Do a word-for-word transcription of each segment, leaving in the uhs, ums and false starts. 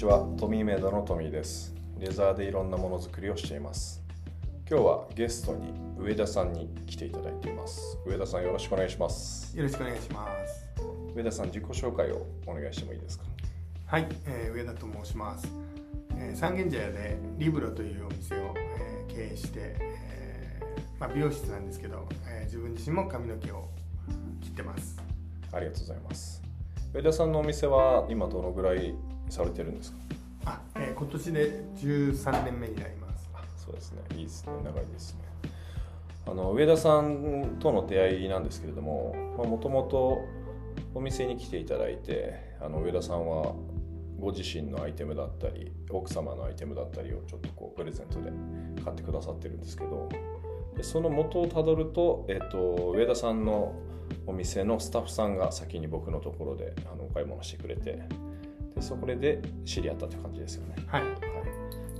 ちは。トミーメイドのトミーです。レザーでいろんなものづくりをしています。今日はゲストに上田さんに来ていただいています。上田さん、よろしくお願いします。 よろしくお願いします。 上田さん、自己紹介をお願いしてもいいですか？ はい、えー、上田と申します。えー、三軒茶屋でリブロというお店を、えー、経営して、えーまあ、美容室なんですけど、えー、自分自身も髪の毛を切ってます。 ありがとうございます。上田さんのお店は今どのぐらいされてるんですか？ あ、えー、今年でじゅうさんねんめになります。 あ、そうですね。いいですね。長いですね。あの上田さんとの出会いなんですけれども、もともとお店に来ていただいて、あの上田さんはご自身のアイテムだったり奥様のアイテムだったりをちょっとこうプレゼントで買ってくださってるんですけど、でその元をたどると、えっと、上田さんのお店のスタッフさんが先に僕のところであのお買い物してくれて、でそこで知り合ったって感じですよね。 はい、はい、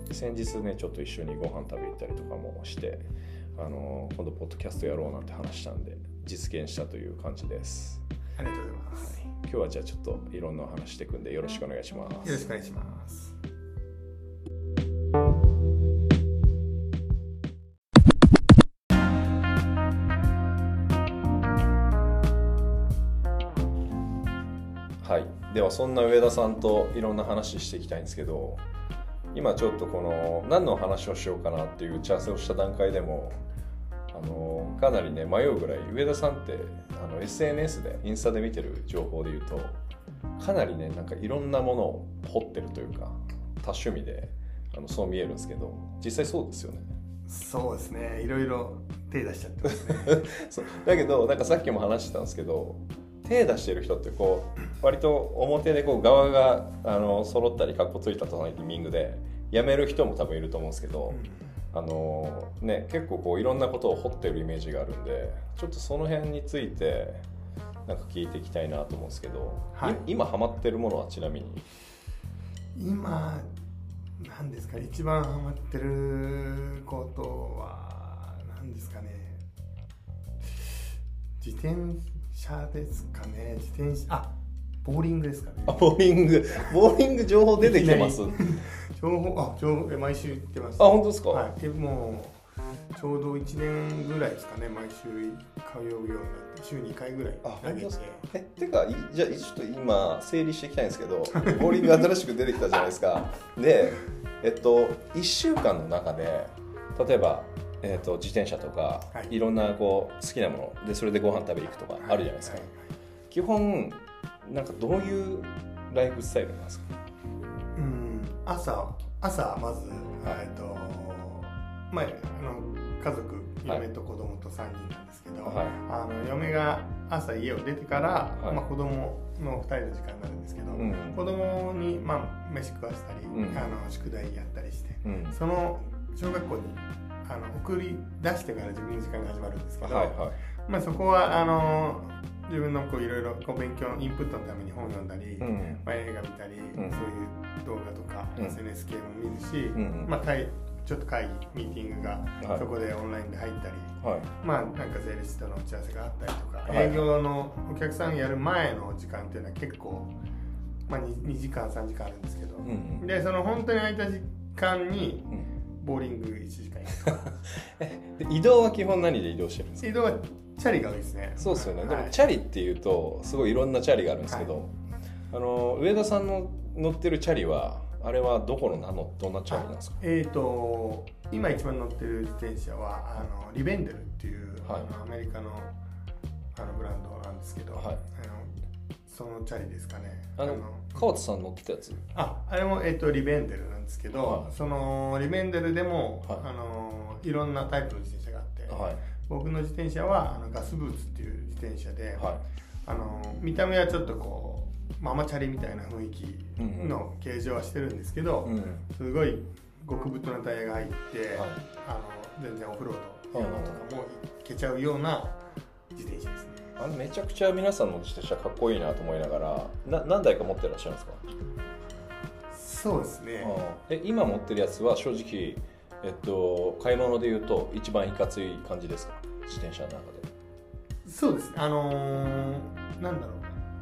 で先日ねちょっと一緒にご飯食べ行ったりとかもして、あの今度ポッドキャストやろうなんて話したんで実現したという感じです。 ありがとうございます。 はい、今日はじゃあちょっといろんなお話していくんでよろしくお願いします。 よろしくお願いします。 はい、ではそんな上田さんといろんな話していきたいんですけど、今ちょっとこの何の話をしようかなっていう打ち合わせをした段階でもあのかなりね迷うぐらい、上田さんってあの エスエヌエス でインスタで見てる情報で言うとかなりねなんかいろんなものを掘ってるというか多趣味であのそう見えるんですけど、実際そうですよね。 そうですね、いろいろ手出しちゃってますねそうだけどなんかさっきも話してたんですけど、手出してる人ってこう割と表でこう側があの揃ったりかっこついたタイミングで辞める人も多分いると思うんですけど、うん、あのね結構こういろんなことを掘ってるイメージがあるんで、ちょっとその辺についてなんか聞いていきたいなと思うんですけど、はい、今ハマってるものはちなみに今何ですか、一番ハマってることは何ですかね、自転車ですかね。自転車、あ、ボーリングですかね。 あ、ボーリング、ボーリング情報出てきてます。 情報、あ、情報、毎週行ってます。 あ、本当ですか。 はい、もうちょうどいちねんぐらいですかね。毎週通うようになって週にかいぐらい投げて。 え、てかじゃあちょっと今整理していきたいんですけど、ボーリング新しく出てきたじゃないですか。で、えっといっしゅうかんの中で例えばえー、と自転車とか、はい、いろんなこう好きなものでそれでご飯食べに行くとかあるじゃないですか、はいはいはい、基本なんかどういうライフスタイルなんですか？ うん、朝朝まず、はいえーとまあ、あの家族嫁と子供とさんにんなんですけど、はい、あの嫁が朝家を出てから、はいまあ、子供のふたりの時間になるんですけど、うん、子供に、まあ、飯食わせたり、うん、あの宿題やったりして、うん、その小学校にあの送り出してから自分の時間が始まるんですけど、はいはいまあ、そこはあの自分のこういろいろこう勉強インプットのために本を読んだり、うんまあ、映画見たり、うん、そういう動画とか、うん、エスエヌエス 系も見るし、うんまあ、会ちょっと会議ミーティングがそこでオンラインで入ったり、はいまあ、なんか税理士との打ち合わせがあったりとか、はい、営業のお客さんやる前の時間っていうのは結構、まあ、にじかんさんじかんあるんですけど、うん、でその本当に空いた時間に、うんボーリングいちじかん移動は基本何で移動してるんですか？ 移動はチャリが多いですね。 そうですよね、はい、でもチャリっていうとすごいいろんなチャリがあるんですけど、はい、あの上田さんの乗ってるチャリはあれはどこの何のどんなチャリなんですか？ えーと今一番乗ってる自転車はあのリベンデルっていう、はい、あのアメリカのあのブランドなんですけど、はい、あのそのチャリですかね。 あの川田さん乗ってたやつ、 あ、あれも、えー、とリベンデルなんですけど、はい、そのリベンデルでも、はい、あのいろんなタイプの自転車があって、はい、僕の自転車はあのガスブーツっていう自転車で、はい、あの見た目はちょっとこうママチャリみたいな雰囲気の形状はしてるんですけど、うんうん、すごい極太なタイヤが入って、はい、あの全然オフロード山とかも行けちゃうような自転車ですね。 あれめちゃくちゃ皆さんの自転車かっこいいなと思いながら、な何台か持ってらっしゃるんですか？ そうですね。 え今持ってるやつは正直、えっと、買い物でいうと一番いかつい感じですか？自転車の中で。 そうですね。あのー、なんだろうな。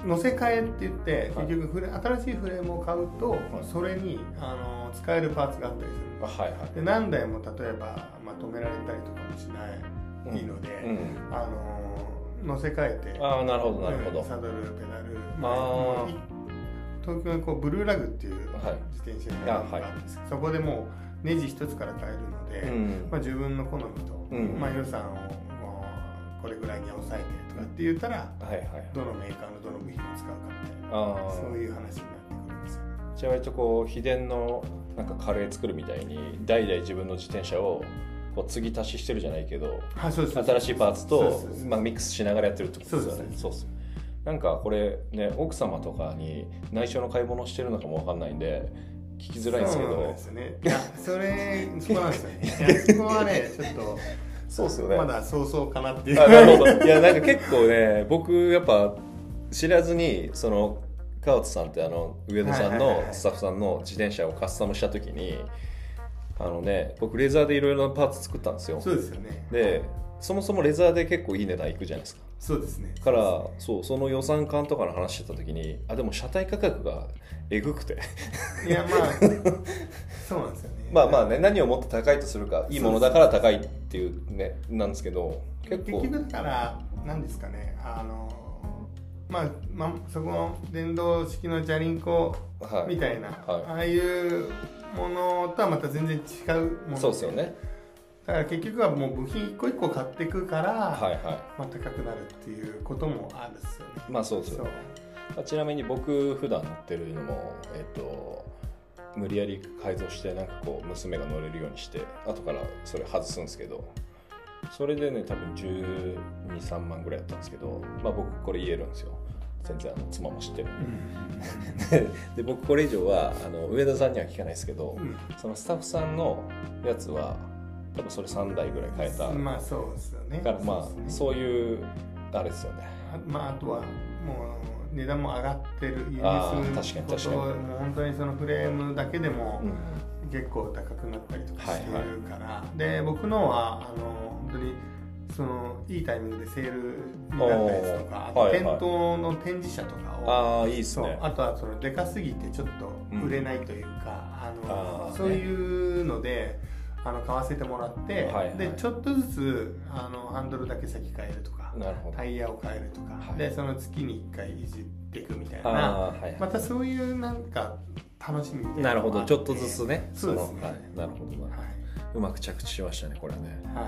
乗せ替えって言って、はい、結局フレ新しいフレームを買うと、はい、それにあの使えるパーツがあったりするんです、はいはい、で何台も例えば、まあ、止められたりとかもしないので、うんうん、あの乗せ替えてあなるほどなるほど、 サドルペダルあ東京にこうブルーラグっていう自転車があるんですけど、はい、そこでもうネジ一つから買えるので、うんまあ、自分の好みと、うんまあ、予算をこれぐらいに抑えてとかって言ったら、はいはい、どのメーカーのどの部品を使うかみたいなあそういう話になってくるんですよ。 じゃあ割とこう秘伝のなんかカレー作るみたいに代々自分の自転車をこう継ぎ足ししてるじゃないけど、はい、そうそう新しいパーツとまあミックスしながらやってるってことですよね。そうです。なんかこれね奥様とかに内緒の買い物してるのかもわかんないんで聞きづらいんですけど。 そうなんですよね。いやそれそうなんですよね。いやそこはねちょっとそうですよね。 まだ早々かなっていう。 あなるほど。いやなんか結構ね僕やっぱ知らずにその川津さんってあの上田さんのスタッフさんの自転車をカスタムした時にあのね僕レザーでいろいろなパーツ作ったんですよ。 そうですよね。 でそもそもレザーで結構いい値段いくじゃないですか。 そうですね。 からそうその予算感とかの話してた時にあでも車体価格がえぐくていやまあそうなんですよね。 まあまあね何をもっと高いとするかいいものだから高いっていうねなんですけど結構結局だから何ですかねあのまあ、まあ、そこの電動式のチャリンコみたいな、はいはい、ああいうものとはまた全然違うもので、 そうですよね。 だから結局はもう部品一個一個買っていくから、はいはいまあ、高くなるっていうこともあるんですよね。 まあそうですよね。ちなみに僕普段乗ってるのも、えーと、無理やり改造してなんかこう娘が乗れるようにして後からそれ外すんですけどそれでね多分じゅうに、さんまんぐらいだったんですけど、まあ、僕これ言えるんですよ。全然あの妻も知ってるんで、うん、で僕これ以上はあの上田さんには聞かないですけど、うん、そのスタッフさんのやつは多分それさんだいぐらい買えた。 まあそうですよね。 だからまあそう、ね、そういうあれですよね。 あまああとはもう値段も上がってる輸入することもう本当にそのフレームだけでも結構高くなったりとかしてるから、はいはい、で僕のはあの本当にそのいいタイミングでセールになったやつとかあと店頭の展示車とかを、 あいいっすね。 あとはそのでかすぎてちょっと売れないというか、うん、あのあそういうのであの買わせてもらって、はいはい、でちょっとずつあのハンドルだけ先変えるとかタイヤを変えるとか、はい、でその月にいっかいいじっていくみたいな、はいはい、またそういうなんか楽しみみたいなのがあって。 なるほどちょっとずつね。 そうですね、 はい、なるほどな、はい、うまく着地しましたねこれね、 はい、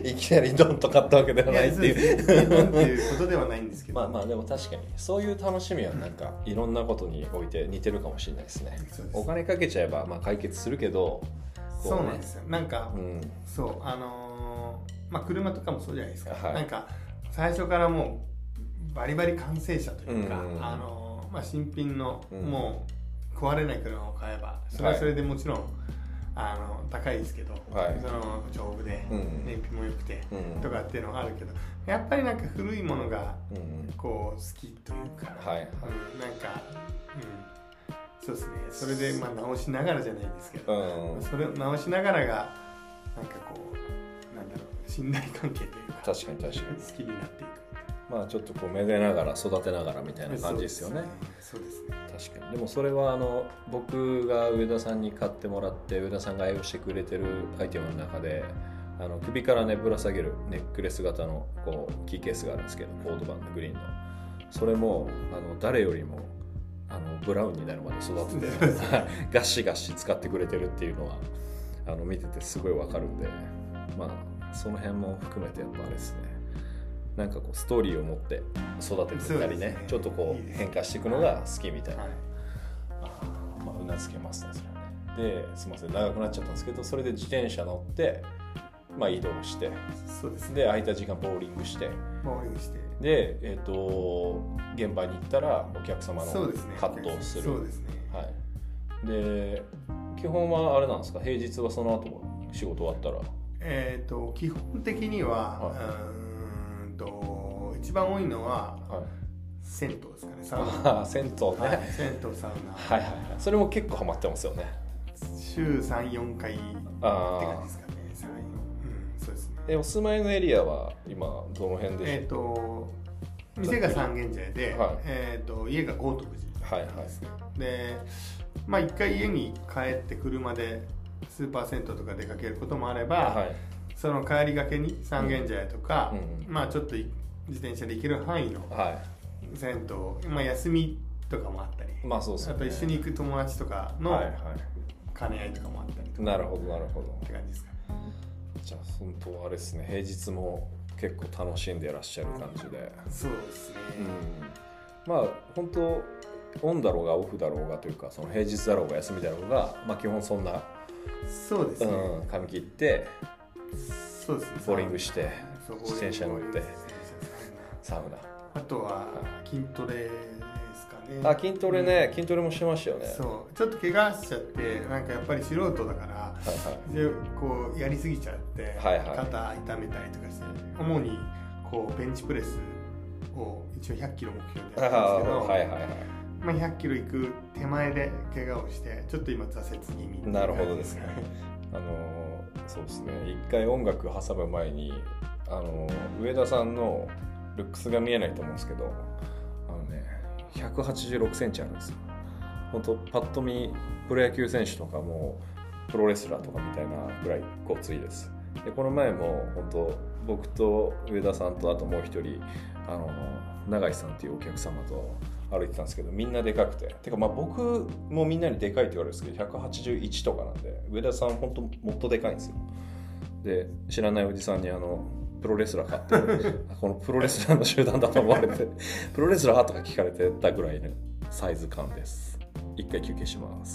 いきなりドンと買ったわけではないっていういやドンっていうことではないんですけどまあまあでも確かにそういう楽しみはなんかいろんなことにおいて似てるかもしれないですね。ですお金かけちゃえばまあ解決するけどね、そうなんですよ。なんか、うん、そうあのー、まあ車とかもそうじゃないですか、はい、なんか最初からもうバリバリ完成車というか、うん、あのー、まあ、新品の、うん、もう壊れない車を買えばそれはそれでもちろん、はい、あの高いですけど、はい、その丈夫で、うん、燃費も良くて、うん、とかっていうのがあるけどやっぱりなんか古いものがこう好きというか、はい、うん、なんか、うんそうですね。それでまあ直しながらじゃないですけど、うん、それを直しながらがなんかこうなんだろう信頼関係というか確かに確かに好きになっていく。 まあちょっとこうめでながら育てながらみたいな感じですよね。 そうですね。 確かに。でもそれはあの僕が上田さんに買ってもらって上田さんが愛用してくれてるアイテムの中であの首からねぶら下げるネックレス型のこうキーケースがあるんですけどコードバンのグリーンのそれもあの誰よりもあのブラウンになるまで育ててガシガシ使ってくれてるっていうのはあの見ててすごいわかるんでまあその辺も含めてやっぱあれですねなんかこうストーリーを持って育ててたり ね, ねちょっとこう変化していくのが好きみたいな、はい、あまあうなずけますねそれはね。ですいません長くなっちゃったんですけどそれで自転車乗ってまあ移動してそうです、ね、 で空いた時間ボーリングしてボーリングしてで、えー、と現場に行ったらお客様のカットをする。 そうですね。 はい。で基本はあれなんですか平日はその後仕事終わったらえっ、ー、と基本的には、はい、うーんと一番多いのは、はい、銭湯ですかね。サウナ。 あ銭湯ね、 はい。銭湯サウナ。 はいはいはい。それも結構ハマってますよね。 週さん、よんかいって感じですかね。さん、うん、そうですね。 えお住まいのエリアは今どの辺でしょう？ えっ、ー、と店が三軒茶屋で、 はい、 えー、と家が豪徳寺ですね、 はいはい、 でまあ一回家に帰って車でスーパー銭湯とか出かけることもあれば、はい、その帰りがけに三軒茶屋とか、うんうん、まあちょっと自転車で行ける範囲の銭湯、はい、まあ休みとかもあったり、 まあそうですね、 あと一緒に行く友達とかの兼ね合いとかもあったりとか、 なるほどなるほどって感じですかね。 じゃあ本当あれですね、平日も結構楽しんでらっしゃる感じで。 そうですね、 うん、まあ本当オンだろうがオフだろうがというか、その平日だろうが休みだろうが、まあ基本そんな、 そうですね、 うん、髪切ってそうですね、 ボーリングして自転車乗ってサウナ、 あとは筋トレですかね。 あ、筋トレね、うん、筋トレもしてましたよね。 そうちょっと怪我しちゃって、なんかやっぱり素人だから、はいはい、でこうやりすぎちゃって、はいはい、肩痛めたりとかして、主にこうベンチプレスを一応ひゃっキロ目標でやってるんですけど、はいはいはい、まあ、ひゃっキロ行く手前で怪我をしてちょっと今挫折気味。 なるほどですね。あのそうですね、一回音楽挟む前に、あの上田さんのルックスが見えないと思うんですけど、あのねひゃくはちじゅうろくセンチあるんですよ。本当パッと見プロ野球選手とかもプロレスラーとかみたいなぐらいごついです。でこの前も本当僕と上田さんとあともう一人、あの永井さんっていうお客様と歩いてたんですけど、みんなでかくて、てかまあ僕もみんなにでかいって言われるんですけどひゃくはちじゅういちとかなんで、上田さん本当もっとでかいんですよ。で知らないおじさんにあのプロレスラーかってこのプロレスラーの集団だと思われてプロレスラーとか聞かれてたぐらいのサイズ感です。一回休憩します。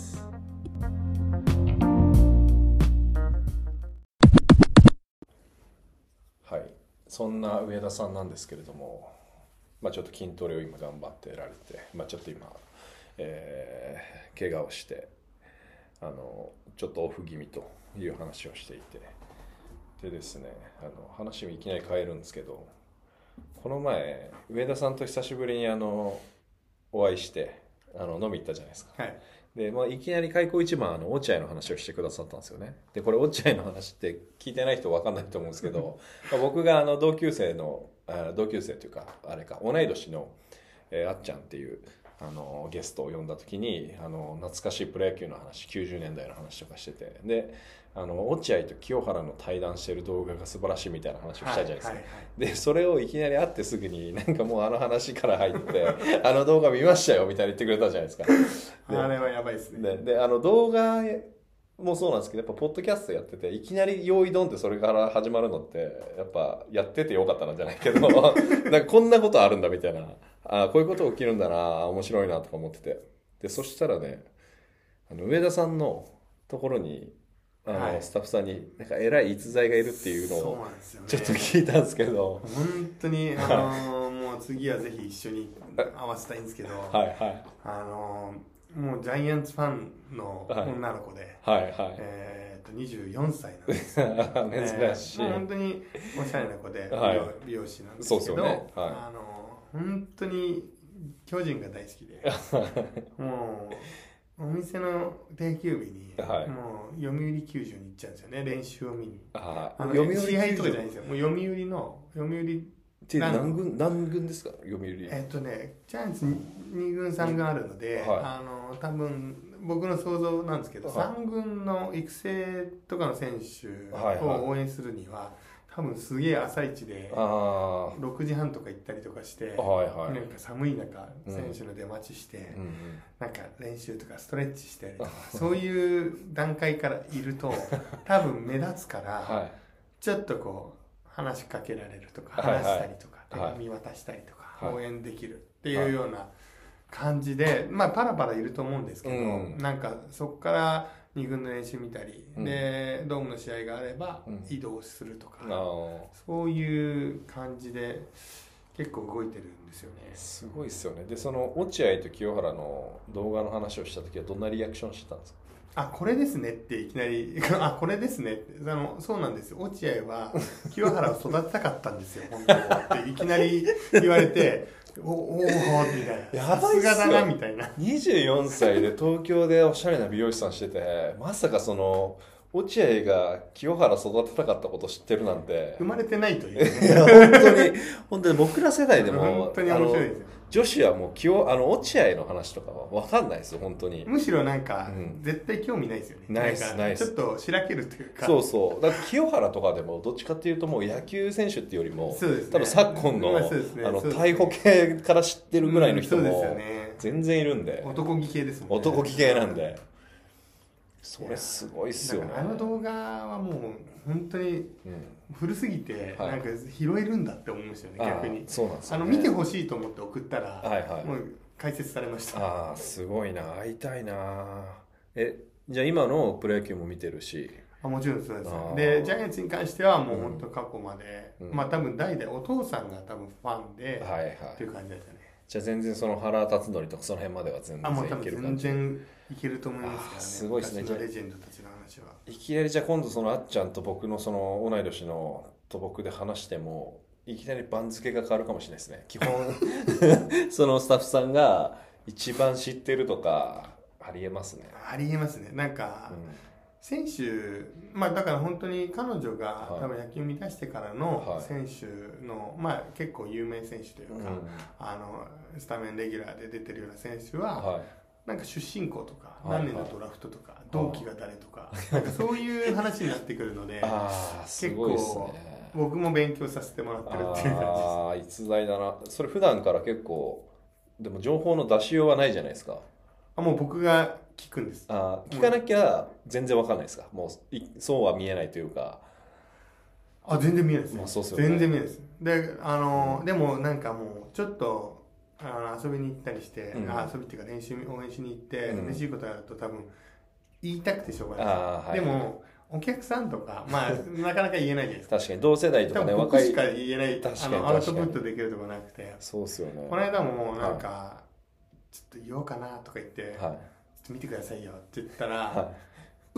はい、そんな上田さんなんですけれども、まあ、ちょっと筋トレを今頑張ってられて、まあ、ちょっと今、えー、怪我をしてあのちょっとオフ気味という話をしていて、でですね、あの話をいきなり変えるんですけど、この前上田さんと久しぶりにあのお会いしてあの飲み行ったじゃないですか、はい。でまあ、いきなり開口一番あの落合の話をしてくださったんですよね。でこれ落合の話って聞いてない人分かんないと思うんですけどまあ僕があの同級生のあ同級生というかあれか同い年の、えー、あっちゃんっていうあのゲストを呼んだ時にあの懐かしいプロ野球の話、きゅうじゅうねんだいの話とかしてて、であの落合と清原の対談してる動画が素晴らしいみたいな話をしたじゃないですか、はいはいはい、でそれをいきなり会ってすぐになんかもうあの話から入ってあの動画見ましたよみたいに言ってくれたじゃないですか。 あれはやばいですね。 で, であの動画もそうなんですけど、やっぱポッドキャストやってていきなり用意ドンってそれから始まるのってやっぱやっててよかったなんじゃないけどなんかこんなことあるんだみたいな、あこういうこと起きるんだな、面白いなとか思ってて、でそしたらね、あの上田さんのところにあの、はい、スタッフさんになんか偉い逸材がいるっていうのをちょっと聞いたんですけど、 本当にあのもう次はぜひ一緒に合わせたいんですけど、はいはい、あのもうジャイアンツファンの女の子で、はいはいはい、えー、とにじゅうよんさいなんですよ珍しい、えー、本当におしゃれな子で美容、はい、美容師なんですけど、そうですよね、はい、あの本当に巨人が大好きでもうお店の定休日に、はい、もう読売球場に行っちゃうんですよね、練習を見に。ああの読売試合とかじゃないんですよ、もう読売の読売って何軍何軍ですか、読売。 えっとねジャイアンツに軍さん軍あるので、はい、あの多分僕の想像なんですけど、はい、さん軍の育成とかの選手を応援するには、はいはい、多分すげえ朝一でろくじはんとか行ったりとかして、はいはい、なんか寒い中選手の出待ちして、うん、なんか練習とかストレッチしてとかそういう段階からいると多分目立つから、はい、ちょっとこう話しかけられるとか話したりとか、はいはい、手紙渡したりとか、はい、応援できるっていうような感じで、まあパラパラいると思うんですけど、うん、なんかそこからに軍の練習見たり、うん、でドームの試合があれば移動するとか、うん、そういう感じで結構動いてるんですよね。 すごいですよね。でその落合と清原の動画の話をした時はどんなリアクションしてたんですか。 あ、これですねっていきなりあ、これですねってあのそうなんですよ、落合は清原を育てたかったんですよ本当にっていきなり言われておおみたいな、さすがだなみたいな。 にじゅうよんさいで東京でおしゃれな美容師さんしててまさかその落合が清原育てたかったこと知ってるなんて生まれてないという、ね、 本当に本当に僕ら世代でも本当に面白いですよ。 女子はもう清あの落合の話とかは分かんないですよ本当に。 むしろなんか、うん、絶対興味ないですよね。 ないですないです。 ちょっとしらけるというか。 そうそうだって清原とかでもどっちかっていうともう野球選手っていうよりも、 そうですね、 多分昨今の、 まあね、あの逮捕系から知ってるぐらいの人も全然いるんで、 うん、男気系ですもんね。 男気系なんでそれすごいっすよね。 あの動画はもう本当に古すぎて、うん、なんか拾えるんだって思うんですよね、はい、逆に。 そうなんですよね、 あの見てほしいと思って送ったら、 はいはい、 もう解説されました。 ああすごいな、会いたいな。えじゃあ今のプロ野球も見てるし。 あもちろんそうですよ。でジャイアンツに関してはもう本当過去まで、うん、まあ多分代々お父さんが多分ファンで、はいはい、っていう感じだったね。 じゃあ全然その原辰徳とかその辺までは全然いける感じ。あもう多分全然いけると思いますからね。 すごいですね。 昔のレジェンドたちの話は。 いきなりじゃあ今度そのあっちゃんと僕のその同い年のと僕で話してもいきなり番付が変わるかもしれないですね。基本そのスタッフさんが一番知ってるとかありえますね。 ありえますね。なんか、うん、選手まあだから本当に彼女が、はい、多分野球を満たしてからの選手の、はい、まあ結構有名選手というか、うん、あのスタメンレギュラーで出てるような選手は、はい、なんか出身校とか、はいはい、何年のドラフトとか、はい、同期が誰とか、はい、なんかそういう話になってくるのであ結構すごいですね。 僕も勉強させてもらってるっていう感じです。 ああ逸材だな。それ普段から結構でも情報の出しようはないじゃないですか。 あもう僕が聞くんです。 あ聞かなきゃ全然わかんないですか。もういそうは見えないというか。 あ全然見えないです、 まあ、そうっすよね。 全然見えないです。であの、うん、でもなんかもうちょっとあの遊びに行ったりして、うん、あ遊びっていうか練習応援しに行って、うん、嬉しいことやると多分言いたくてしょうがないです。あ、はい、でもお客さんとかまあなかなか言えないじゃないですか。 確かに同世代とかね若い僕しか言えないあのアウトプットできるとこなくて。 そうっすよね。 この間もなんか、はい、ちょっと言おうかなとか言って、はい、ちょっと見てくださいよって言ったら、はい、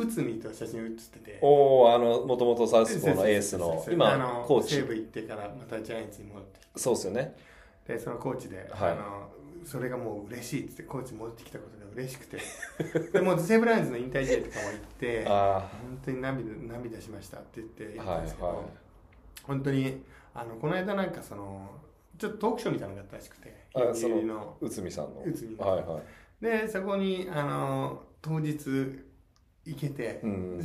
内海と写真写ってて、 おおあのもともとサウスポーのエースの今あのコーチ西武行ってからまたジャイアンツに戻ってきて、 そうっすよね。 でそのコーチで、はい、あのそれがもう嬉しいってコーチ戻ってきたことで嬉しくてでも西武ライオンズの引退試合とかも行って本当に涙涙しましたって言って言ったんですけど、はいはい、本当にあのこの間なんかそのちょっとトークショーみたいなのがあったらしくて、 あその内海さんの内海の、 はいはい、 でそこにあの当日行けて、うん、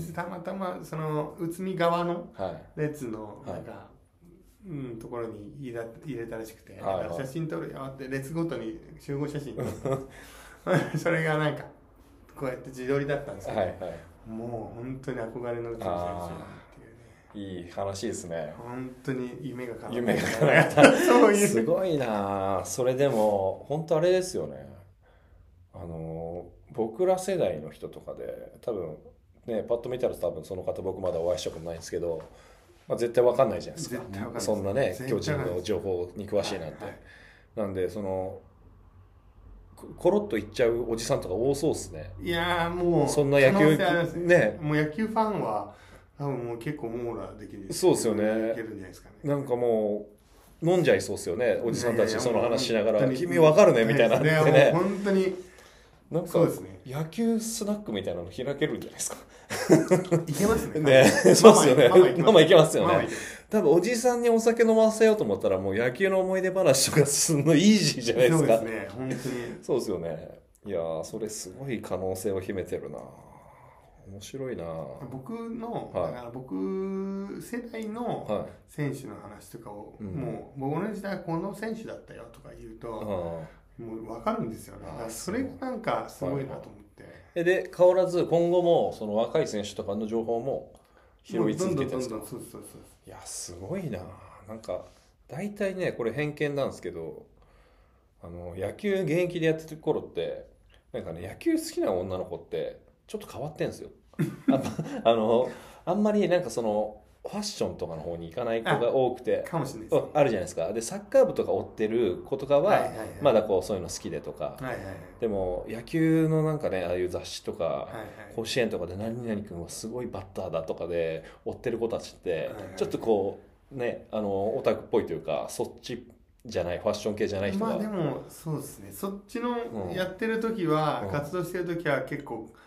たまたまその内海側の列のなんか、はいうん、ところに入れた、入れたらしくて、はいはい、写真撮るよって列ごとに集合写真撮ってそれがなんかこうやって自撮りだったんですけど、はいはい、もう本当に憧れの内海選手っていうね、いい話ですね。 本当に夢が叶った夢が叶ったそういうすごいな。それでも本当あれですよね、あの僕ら世代の人とかで多分ねパッと見たら多分その方僕まだお会いしたことないんですけど、まあ、絶対わかんないじゃないですか。そんなね巨人の情報に詳しいなんて、はいはい、なんでそのコロッといっちゃうおじさんとか多そうですね。 いやもうそんな野球ね、もう野球ファンは多分もう結構網羅できる。 そうですよね。 いけるんじゃないですかね。 なんかもう飲んじゃいそうですよね、おじさんたちその話しながら君わかるねみたいなってね。 ね本当になんか野球スナックみたいなの開けるんじゃないですか。 いけますね。 ね、そうですよね。ママいけますよね。多分おじさんにお酒飲ませようと思ったらもう野球の思い出話とかすんのイージーじゃないですか。 そうですね。本当に。 そうですよね。いやーそれすごい可能性を秘めてるな。面白いな。 僕の、はい、だから僕世代の選手の話とかを、はい、もう僕の時代この選手だったよとか言うと、うん、もう分かるんですよね。それがなんかすごいなと思って。 はい、で変わらず今後もその若い選手とかの情報も拾い続けてるんですか。 そうそうそうそう。 いやすごいな。なんか大体ねこれ偏見なんですけど、あの野球現役でやってる頃ってなんかね野球好きな女の子ってちょっと変わってんですよ。あ, あのあんまりなんかそのファッションとかの方に行かない子が多くてかもしれないです、ね、 あるじゃないですか。でサッカー部とか追ってる子とかはまだこうそういうの好きでとか、はいはいはい、でも野球のなんかねああいう雑誌とか、はいはい、甲子園とかで何々君はすごいバッターだとかで追ってる子たちって、はいはい、ちょっとこうねあのオタクっぽいというかそっちじゃないファッション系じゃない人がまあでもそうですね、そっちのやってる時は、うん、活動してる時は結構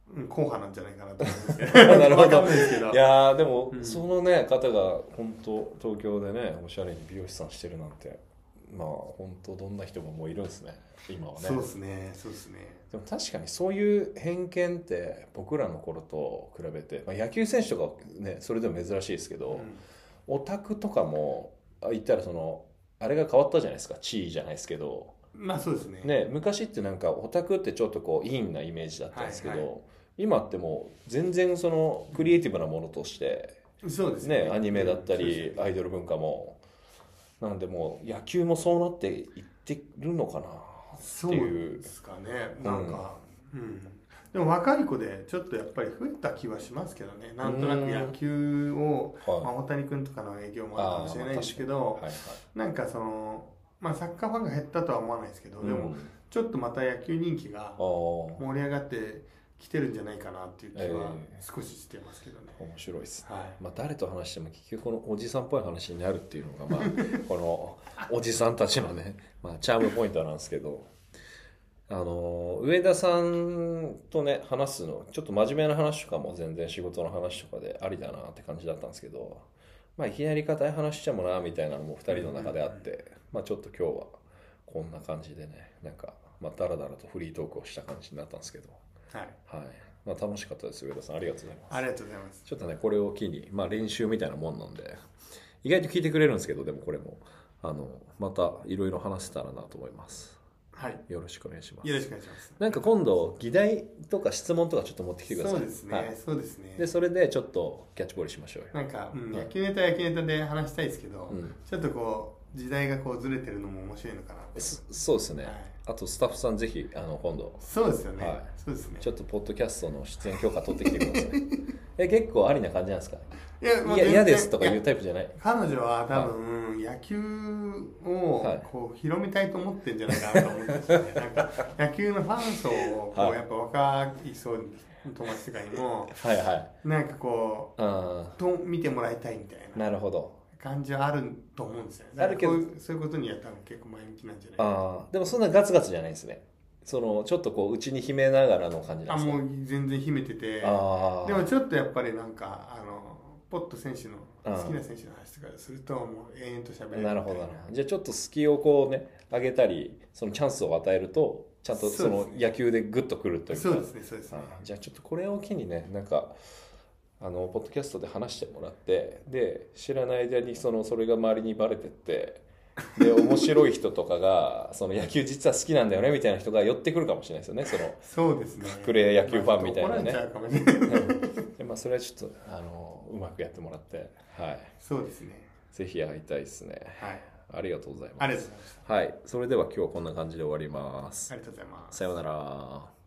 硬派なんじゃないかなと思うんですけどなるほど。 いやでも、うん、そのね方が本当東京でねおしゃれに美容師さんしてるなんてまあ本当どんな人ももういるんですね今はね。 そうですねそうですね。 でも確かにそういう偏見って僕らの頃と比べて、まあ、野球選手とかねそれでも珍しいですけど、うん、オタクとかも言ったらそのあれが変わったじゃないですか地位じゃないですけど。 まあそうですね。 ね昔ってなんかオタクってちょっとこう陰なイメージだったんですけど、はいはい、今ってもう全然そのクリエイティブなものとして、 そうですね、 アニメだったりアイドル文化もなんでもう野球もそうなっていってるのかなっていう。 そうですかねなんか、うんうん、でも若い子でちょっとやっぱり増えた気はしますけどね。なんとなく野球を、まあ、大谷君とかの影響もあるかもしれないですけど、はいはい、なんかそのまあ、サッカーファンが減ったとは思わないですけど、うん、でもちょっとまた野球人気が盛り上がってきてるんじゃないかなっていう気は少ししてますけどね、 えー、面白いです、 はいまあ、誰と話しても結局このおじさんっぽい話になるっていうのが、まあ、このおじさんたちのね、まあ、チャームポイントなんですけどあの上田さんとね話すのちょっと真面目な話とかも全然仕事の話とかでありだなって感じだったんですけど、まあ、いきなり硬い話しちゃもなみたいなのもふたりの中であって、うんまあ、ちょっと今日はこんな感じでねなんかまあダラダラとフリートークをした感じになったんですけど、 はいはいまあ、楽しかったです上田さんありがとうございます。 ありがとうございます。 ちょっとねこれを機に、まあ、練習みたいなもんなんで意外と聞いてくれるんですけどでもこれもあのまたいろいろ話せたらなと思います。 はい、 よろしくお願いします。 よろしくお願いします。 なんか今度議題とか質問とかちょっと持ってきてください。 そうですね、はい、そうですね。 でそれでちょっとキャッチボールしましょうよ。 なんか、うん、野球ネタ野球ネタで話したいですけど、うん、ちょっとこう時代がこうずれてるのも面白いのかなって。 そうですね、はい、あとスタッフさんぜひあの今度そうですよね、 はい、 そうですねちょっとポッドキャストの出演許可取ってきてくださいえ結構ありな感じなんですか。 いや、まあ、 嫌ですとかいうタイプじゃない。 彼女は多分、はい、野球をこう広めたいと思ってるんじゃないかなと思うんですよねなんか野球のファン層をこうやっぱ若い層に友達とかにもはい、はい、 なんかこうと見てもらいたいみたいな。 なるほど感じはあると思うんですよね。あるけどそういうことには多分結構前向きなんじゃないかな。 あでもそんなガツガツじゃないんですね。そのちょっとこう内に秘めながらの感じなんですか。 あもう全然秘めててあでもちょっとやっぱりなんかあのポット選手の好きな選手の話とかするともう永遠と喋れる。 なるほどなるほど。じゃあちょっと隙をこうね上げたりそのチャンスを与えるとちゃんとその野球でグッとくるというか。 そうですねそうですね。 じゃあちょっとこれを機にねなんかあのポッドキャストで話してもらってで知らない間にそのそれが周りにバレてってで面白い人とかがその野球実は好きなんだよねみたいな人が寄ってくるかもしれないですよね。そのそうですね隠れ野球ファンみたいなね。 まあ、怒られちゃうかもしれないで、まあ、それはちょっとあのうまくやってもらって、はい、 そうですねぜひ会いたいですね。 はい、 ありがとうございます。 ありがとうございました。 はい、それでは今日はこんな感じで終わります。 ありがとうございます。 さようなら。